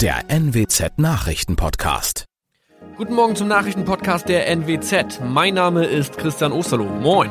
der NWZ Nachrichtenpodcast. Guten Morgen zum Nachrichtenpodcast der NWZ. Mein Name ist Christian Osterloh. Moin.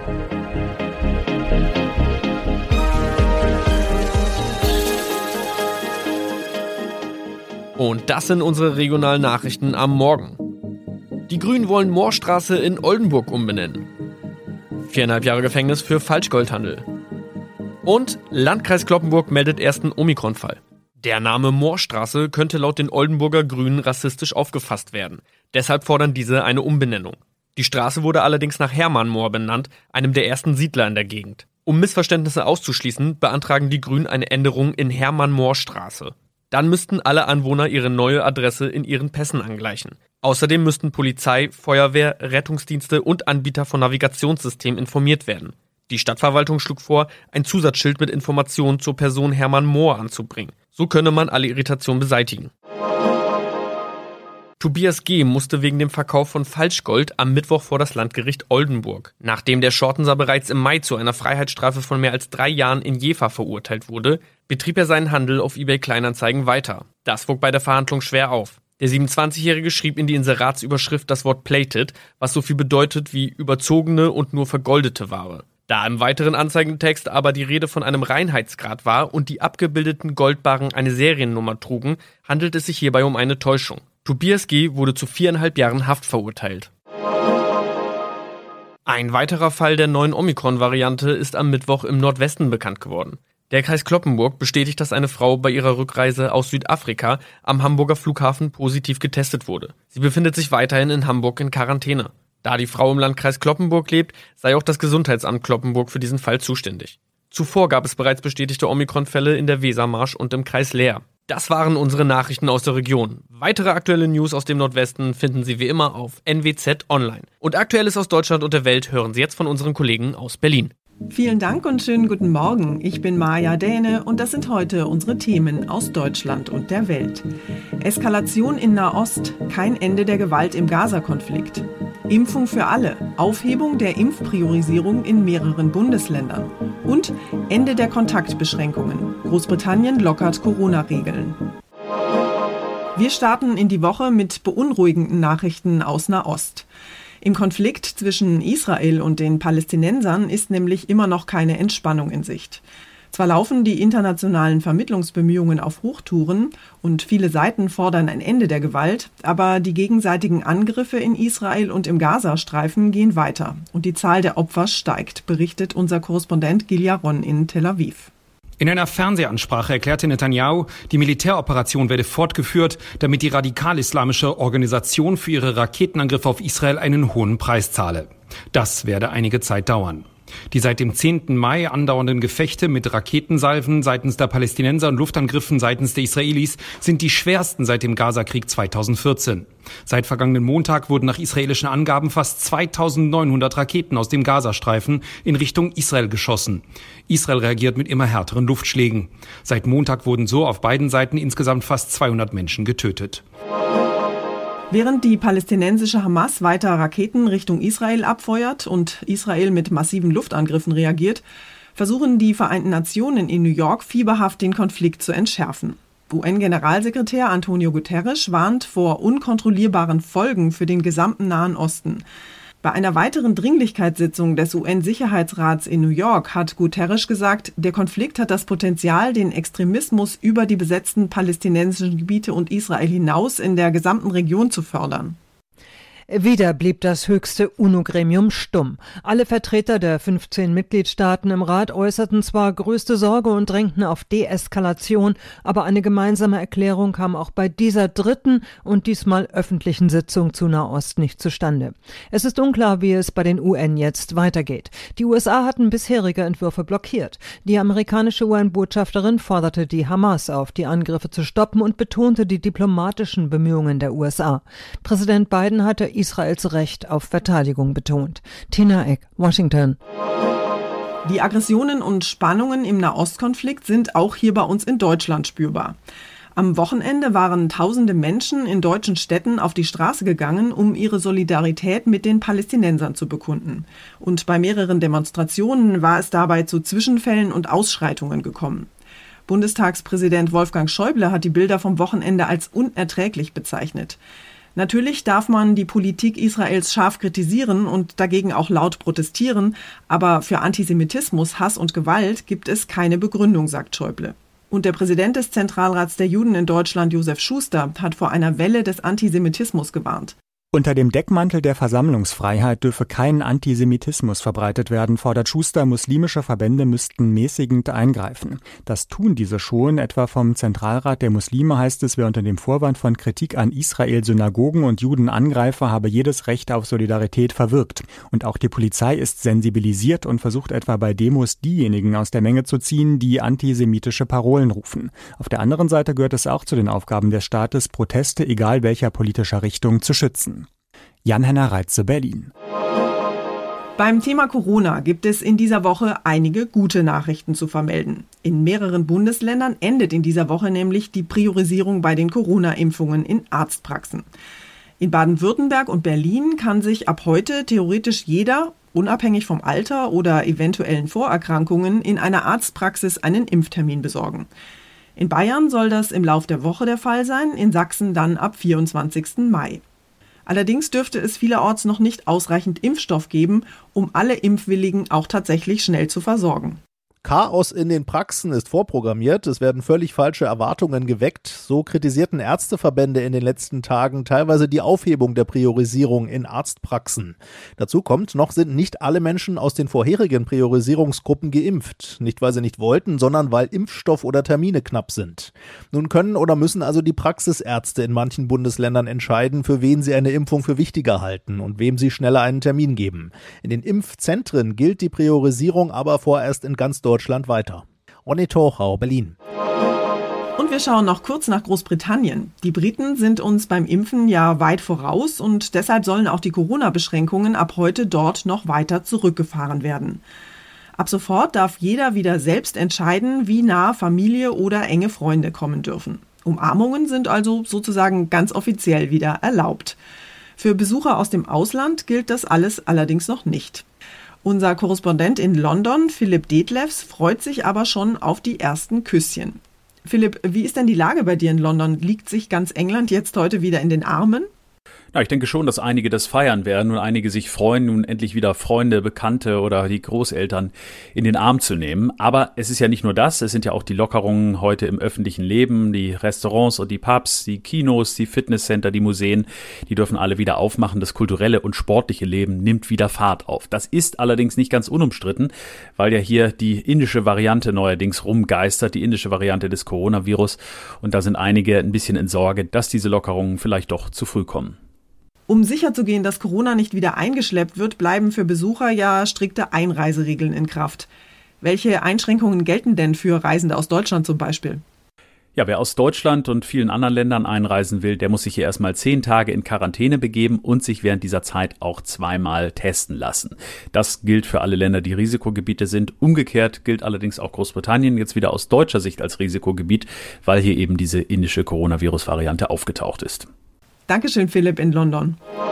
Und das sind unsere regionalen Nachrichten am Morgen. Die Grünen wollen Moorstraße in Oldenburg umbenennen. 4,5 Jahre Gefängnis für Falschgoldhandel. Und Landkreis Cloppenburg meldet ersten Omikron-Fall. Der Name Moorstraße könnte laut den Oldenburger Grünen rassistisch aufgefasst werden. Deshalb fordern diese eine Umbenennung. Die Straße wurde allerdings nach Hermann Mohr benannt, einem der ersten Siedler in der Gegend. Um Missverständnisse auszuschließen, beantragen die Grünen eine Änderung in Hermann-Mohr-Straße. Dann müssten alle Anwohner ihre neue Adresse in ihren Pässen angleichen. Außerdem müssten Polizei, Feuerwehr, Rettungsdienste und Anbieter von Navigationssystemen informiert werden. Die Stadtverwaltung schlug vor, ein Zusatzschild mit Informationen zur Person Hermann Mohr anzubringen. So könne man alle Irritationen beseitigen. Tobias G. musste wegen dem Verkauf von Falschgold am Mittwoch vor das Landgericht Oldenburg. Nachdem der Schortenser bereits im Mai zu einer Freiheitsstrafe von mehr als 3 Jahren in Jever verurteilt wurde, betrieb er seinen Handel auf eBay Kleinanzeigen weiter. Das wog bei der Verhandlung schwer auf. Der 27-Jährige schrieb in die Inseratsüberschrift das Wort plated, was so viel bedeutet wie überzogene und nur vergoldete Ware. Da im weiteren Anzeigentext aber die Rede von einem Reinheitsgrad war und die abgebildeten Goldbarren eine Seriennummer trugen, handelt es sich hierbei um eine Täuschung. Tobias G. wurde zu 4,5 Jahren Haft verurteilt. Ein weiterer Fall der neuen Omikron-Variante ist am Mittwoch im Nordwesten bekannt geworden. Der Kreis Cloppenburg bestätigt, dass eine Frau bei ihrer Rückreise aus Südafrika am Hamburger Flughafen positiv getestet wurde. Sie befindet sich weiterhin in Hamburg in Quarantäne. Da die Frau im Landkreis Cloppenburg lebt, sei auch das Gesundheitsamt Cloppenburg für diesen Fall zuständig. Zuvor gab es bereits bestätigte Omikron-Fälle in der Wesermarsch und im Kreis Leer. Das waren unsere Nachrichten aus der Region. Weitere aktuelle News aus dem Nordwesten finden Sie wie immer auf NWZ Online. Und Aktuelles aus Deutschland und der Welt hören Sie jetzt von unseren Kollegen aus Berlin. Vielen Dank und schönen guten Morgen. Ich bin Maja Däne und das sind heute unsere Themen aus Deutschland und der Welt. Eskalation in Nahost, kein Ende der Gewalt im Gaza-Konflikt. Impfung für alle, Aufhebung der Impfpriorisierung in mehreren Bundesländern. Und Ende der Kontaktbeschränkungen. Großbritannien lockert Corona-Regeln. Wir starten in die Woche mit beunruhigenden Nachrichten aus Nahost. Im Konflikt zwischen Israel und den Palästinensern ist nämlich immer noch keine Entspannung in Sicht. Zwar laufen die internationalen Vermittlungsbemühungen auf Hochtouren und viele Seiten fordern ein Ende der Gewalt, aber die gegenseitigen Angriffe in Israel und im Gazastreifen gehen weiter und die Zahl der Opfer steigt, berichtet unser Korrespondent Gil Yaron in Tel Aviv. In einer Fernsehansprache erklärte Netanyahu, die Militäroperation werde fortgeführt, damit die radikal-islamische Organisation für ihre Raketenangriffe auf Israel einen hohen Preis zahle. Das werde einige Zeit dauern. Die seit dem 10. Mai andauernden Gefechte mit Raketensalven seitens der Palästinenser und Luftangriffen seitens der Israelis sind die schwersten seit dem Gazakrieg 2014. Seit vergangenen Montag wurden nach israelischen Angaben fast 2900 Raketen aus dem Gazastreifen in Richtung Israel geschossen. Israel reagiert mit immer härteren Luftschlägen. Seit Montag wurden so auf beiden Seiten insgesamt fast 200 Menschen getötet. Während die palästinensische Hamas weiter Raketen Richtung Israel abfeuert und Israel mit massiven Luftangriffen reagiert, versuchen die Vereinten Nationen in New York fieberhaft den Konflikt zu entschärfen. UN-Generalsekretär Antonio Guterres warnt vor unkontrollierbaren Folgen für den gesamten Nahen Osten. Bei einer weiteren Dringlichkeitssitzung des UN-Sicherheitsrats in New York hat Guterres gesagt, der Konflikt hat das Potenzial, den Extremismus über die besetzten palästinensischen Gebiete und Israel hinaus in der gesamten Region zu fördern. Wieder blieb das höchste UNO-Gremium stumm. Alle Vertreter der 15 Mitgliedstaaten im Rat äußerten zwar größte Sorge und drängten auf Deeskalation, aber eine gemeinsame Erklärung kam auch bei dieser dritten und diesmal öffentlichen Sitzung zu Nahost nicht zustande. Es ist unklar, wie es bei den UN jetzt weitergeht. Die USA hatten bisherige Entwürfe blockiert. Die amerikanische UN-Botschafterin forderte die Hamas auf, die Angriffe zu stoppen und betonte die diplomatischen Bemühungen der USA. Präsident Biden hatte Israels Recht auf Verteidigung betont. Tina Eck, Washington. Die Aggressionen und Spannungen im Nahostkonflikt sind auch hier bei uns in Deutschland spürbar. Am Wochenende waren tausende Menschen in deutschen Städten auf die Straße gegangen, um ihre Solidarität mit den Palästinensern zu bekunden. Und bei mehreren Demonstrationen war es dabei zu Zwischenfällen und Ausschreitungen gekommen. Bundestagspräsident Wolfgang Schäuble hat die Bilder vom Wochenende als unerträglich bezeichnet. Natürlich darf man die Politik Israels scharf kritisieren und dagegen auch laut protestieren, aber für Antisemitismus, Hass und Gewalt gibt es keine Begründung, sagt Schäuble. Und der Präsident des Zentralrats der Juden in Deutschland, Josef Schuster, hat vor einer Welle des Antisemitismus gewarnt. Unter dem Deckmantel der Versammlungsfreiheit dürfe kein Antisemitismus verbreitet werden, fordert Schuster, muslimische Verbände müssten mäßigend eingreifen. Das tun diese schon, etwa vom Zentralrat der Muslime heißt es, wer unter dem Vorwand von Kritik an Israel Synagogen und Juden angreife, habe jedes Recht auf Solidarität verwirkt. Und auch die Polizei ist sensibilisiert und versucht etwa bei Demos diejenigen aus der Menge zu ziehen, die antisemitische Parolen rufen. Auf der anderen Seite gehört es auch zu den Aufgaben des Staates, Proteste egal welcher politischer Richtung zu schützen. Jan-Henner Reitze, Berlin. Beim Thema Corona gibt es in dieser Woche einige gute Nachrichten zu vermelden. In mehreren Bundesländern endet in dieser Woche nämlich die Priorisierung bei den Corona-Impfungen in Arztpraxen. In Baden-Württemberg und Berlin kann sich ab heute theoretisch jeder, unabhängig vom Alter oder eventuellen Vorerkrankungen, in einer Arztpraxis einen Impftermin besorgen. In Bayern soll das im Lauf der Woche der Fall sein, in Sachsen dann ab 24. Mai. Allerdings dürfte es vielerorts noch nicht ausreichend Impfstoff geben, um alle Impfwilligen auch tatsächlich schnell zu versorgen. Chaos in den Praxen ist vorprogrammiert, es werden völlig falsche Erwartungen geweckt. So kritisierten Ärzteverbände in den letzten Tagen teilweise die Aufhebung der Priorisierung in Arztpraxen. Dazu kommt, noch sind nicht alle Menschen aus den vorherigen Priorisierungsgruppen geimpft. Nicht, weil sie nicht wollten, sondern weil Impfstoff oder Termine knapp sind. Nun können oder müssen also die Praxisärzte in manchen Bundesländern entscheiden, für wen sie eine Impfung für wichtiger halten und wem sie schneller einen Termin geben. In den Impfzentren gilt die Priorisierung aber vorerst in ganz Deutschland weiter. Ronny Torchau, Berlin. Und wir schauen noch kurz nach Großbritannien. Die Briten sind uns beim Impfen ja weit voraus und deshalb sollen auch die Corona-Beschränkungen ab heute dort noch weiter zurückgefahren werden. Ab sofort darf jeder wieder selbst entscheiden, wie nah Familie oder enge Freunde kommen dürfen. Umarmungen sind also sozusagen ganz offiziell wieder erlaubt. Für Besucher aus dem Ausland gilt das alles allerdings noch nicht. Unser Korrespondent in London, Philipp Detlefs, freut sich aber schon auf die ersten Küsschen. Philipp, wie ist denn die Lage bei dir in London? Liegt sich ganz England jetzt heute wieder in den Armen? Ja, ich denke schon, dass einige das feiern werden und einige sich freuen, nun endlich wieder Freunde, Bekannte oder die Großeltern in den Arm zu nehmen. Aber es ist ja nicht nur das, es sind ja auch die Lockerungen heute im öffentlichen Leben, die Restaurants und die Pubs, die Kinos, die Fitnesscenter, die Museen, die dürfen alle wieder aufmachen. Das kulturelle und sportliche Leben nimmt wieder Fahrt auf. Das ist allerdings nicht ganz unumstritten, weil ja hier die indische Variante neuerdings rumgeistert, die indische Variante des Coronavirus. Und da sind einige ein bisschen in Sorge, dass diese Lockerungen vielleicht doch zu früh kommen. Um sicherzugehen, dass Corona nicht wieder eingeschleppt wird, bleiben für Besucher ja strikte Einreiseregeln in Kraft. Welche Einschränkungen gelten denn für Reisende aus Deutschland zum Beispiel? Ja, wer aus Deutschland und vielen anderen Ländern einreisen will, der muss sich hier erstmal 10 Tage in Quarantäne begeben und sich während dieser Zeit auch zweimal testen lassen. Das gilt für alle Länder, die Risikogebiete sind. Umgekehrt gilt allerdings auch Großbritannien jetzt wieder aus deutscher Sicht als Risikogebiet, weil hier eben diese indische Coronavirus-Variante aufgetaucht ist. Dankeschön, Philipp in London.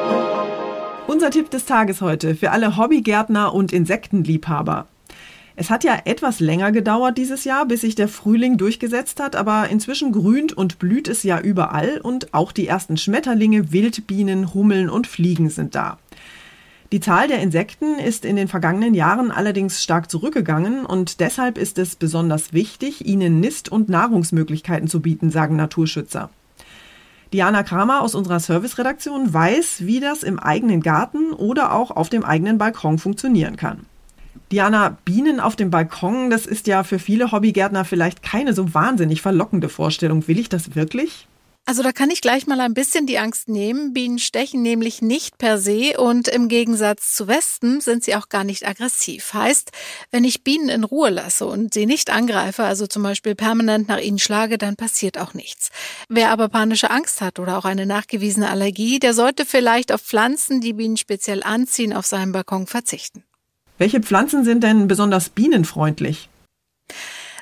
Unser Tipp des Tages heute für alle Hobbygärtner und Insektenliebhaber. Es hat ja etwas länger gedauert dieses Jahr, bis sich der Frühling durchgesetzt hat, aber inzwischen grünt und blüht es ja überall und auch die ersten Schmetterlinge, Wildbienen, Hummeln und Fliegen sind da. Die Zahl der Insekten ist in den vergangenen Jahren allerdings stark zurückgegangen und deshalb ist es besonders wichtig, ihnen Nist- und Nahrungsmöglichkeiten zu bieten, sagen Naturschützer. Diana Kramer aus unserer Serviceredaktion weiß, wie das im eigenen Garten oder auch auf dem eigenen Balkon funktionieren kann. Diana, Bienen auf dem Balkon, das ist ja für viele Hobbygärtner vielleicht keine so wahnsinnig verlockende Vorstellung. Will ich das wirklich? Also da kann ich gleich mal ein bisschen die Angst nehmen. Bienen stechen nämlich nicht per se und im Gegensatz zu Wespen sind sie auch gar nicht aggressiv. Heißt, wenn ich Bienen in Ruhe lasse und sie nicht angreife, also zum Beispiel permanent nach ihnen schlage, dann passiert auch nichts. Wer aber panische Angst hat oder auch eine nachgewiesene Allergie, der sollte vielleicht auf Pflanzen, die Bienen speziell anziehen, auf seinem Balkon verzichten. Welche Pflanzen sind denn besonders bienenfreundlich?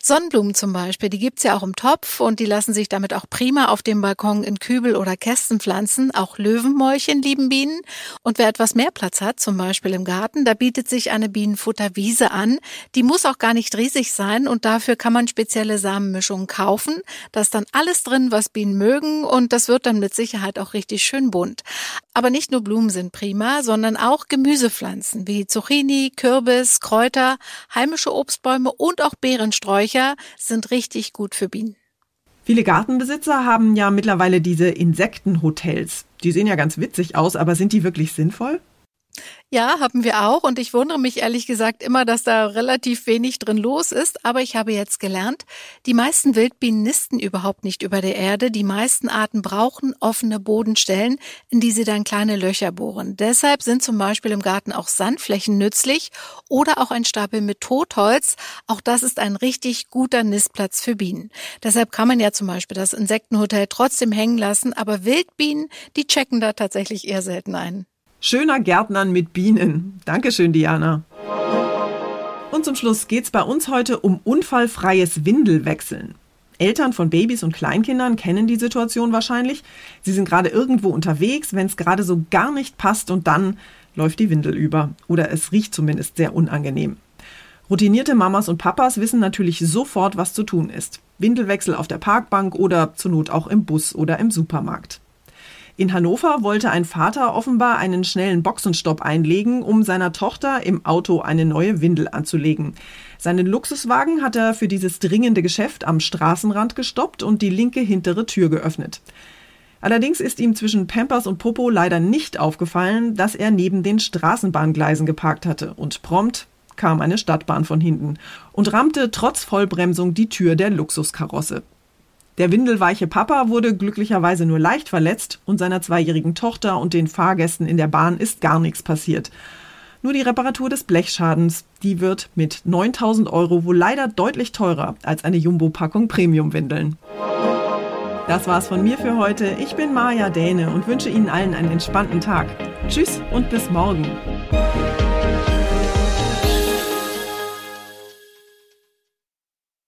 Sonnenblumen zum Beispiel, die gibt's ja auch im Topf und die lassen sich damit auch prima auf dem Balkon in Kübel oder Kästen pflanzen. Auch Löwenmäulchen lieben Bienen. Und wer etwas mehr Platz hat, zum Beispiel im Garten, da bietet sich eine Bienenfutterwiese an. Die muss auch gar nicht riesig sein und dafür kann man spezielle Samenmischungen kaufen. Da ist dann alles drin, was Bienen mögen und das wird dann mit Sicherheit auch richtig schön bunt. Aber nicht nur Blumen sind prima, sondern auch Gemüsepflanzen wie Zucchini, Kürbis, Kräuter, heimische Obstbäume und auch Beerensträucher sind richtig gut für Bienen. Viele Gartenbesitzer haben ja mittlerweile diese Insektenhotels. Die sehen ja ganz witzig aus, aber sind die wirklich sinnvoll? Ja, haben wir auch und ich wundere mich ehrlich gesagt immer, dass da relativ wenig drin los ist, aber ich habe jetzt gelernt, die meisten Wildbienen nisten überhaupt nicht über der Erde, die meisten Arten brauchen offene Bodenstellen, in die sie dann kleine Löcher bohren. Deshalb sind zum Beispiel im Garten auch Sandflächen nützlich oder auch ein Stapel mit Totholz, auch das ist ein richtig guter Nistplatz für Bienen. Deshalb kann man ja zum Beispiel das Insektenhotel trotzdem hängen lassen, aber Wildbienen, die checken da tatsächlich eher selten ein. Schöner Gärtnern mit Bienen. Dankeschön, Diana. Und zum Schluss geht's bei uns heute um unfallfreies Windelwechseln. Eltern von Babys und Kleinkindern kennen die Situation wahrscheinlich. Sie sind gerade irgendwo unterwegs, wenn es gerade so gar nicht passt und dann läuft die Windel über. Oder es riecht zumindest sehr unangenehm. Routinierte Mamas und Papas wissen natürlich sofort, was zu tun ist. Windelwechsel auf der Parkbank oder zur Not auch im Bus oder im Supermarkt. In Hannover wollte ein Vater offenbar einen schnellen Boxenstopp einlegen, um seiner Tochter im Auto eine neue Windel anzulegen. Seinen Luxuswagen hat er für dieses dringende Geschäft am Straßenrand gestoppt und die linke hintere Tür geöffnet. Allerdings ist ihm zwischen Pampers und Popo leider nicht aufgefallen, dass er neben den Straßenbahngleisen geparkt hatte. Und prompt kam eine Stadtbahn von hinten und rammte trotz Vollbremsung die Tür der Luxuskarosse. Der windelweiche Papa wurde glücklicherweise nur leicht verletzt und seiner 2-jährigen Tochter und den Fahrgästen in der Bahn ist gar nichts passiert. Nur die Reparatur des Blechschadens, die wird mit 9.000 € wohl leider deutlich teurer als eine Jumbo-Packung Premium-Windeln. Das war's von mir für heute. Ich bin Maja Däne und wünsche Ihnen allen einen entspannten Tag. Tschüss und bis morgen.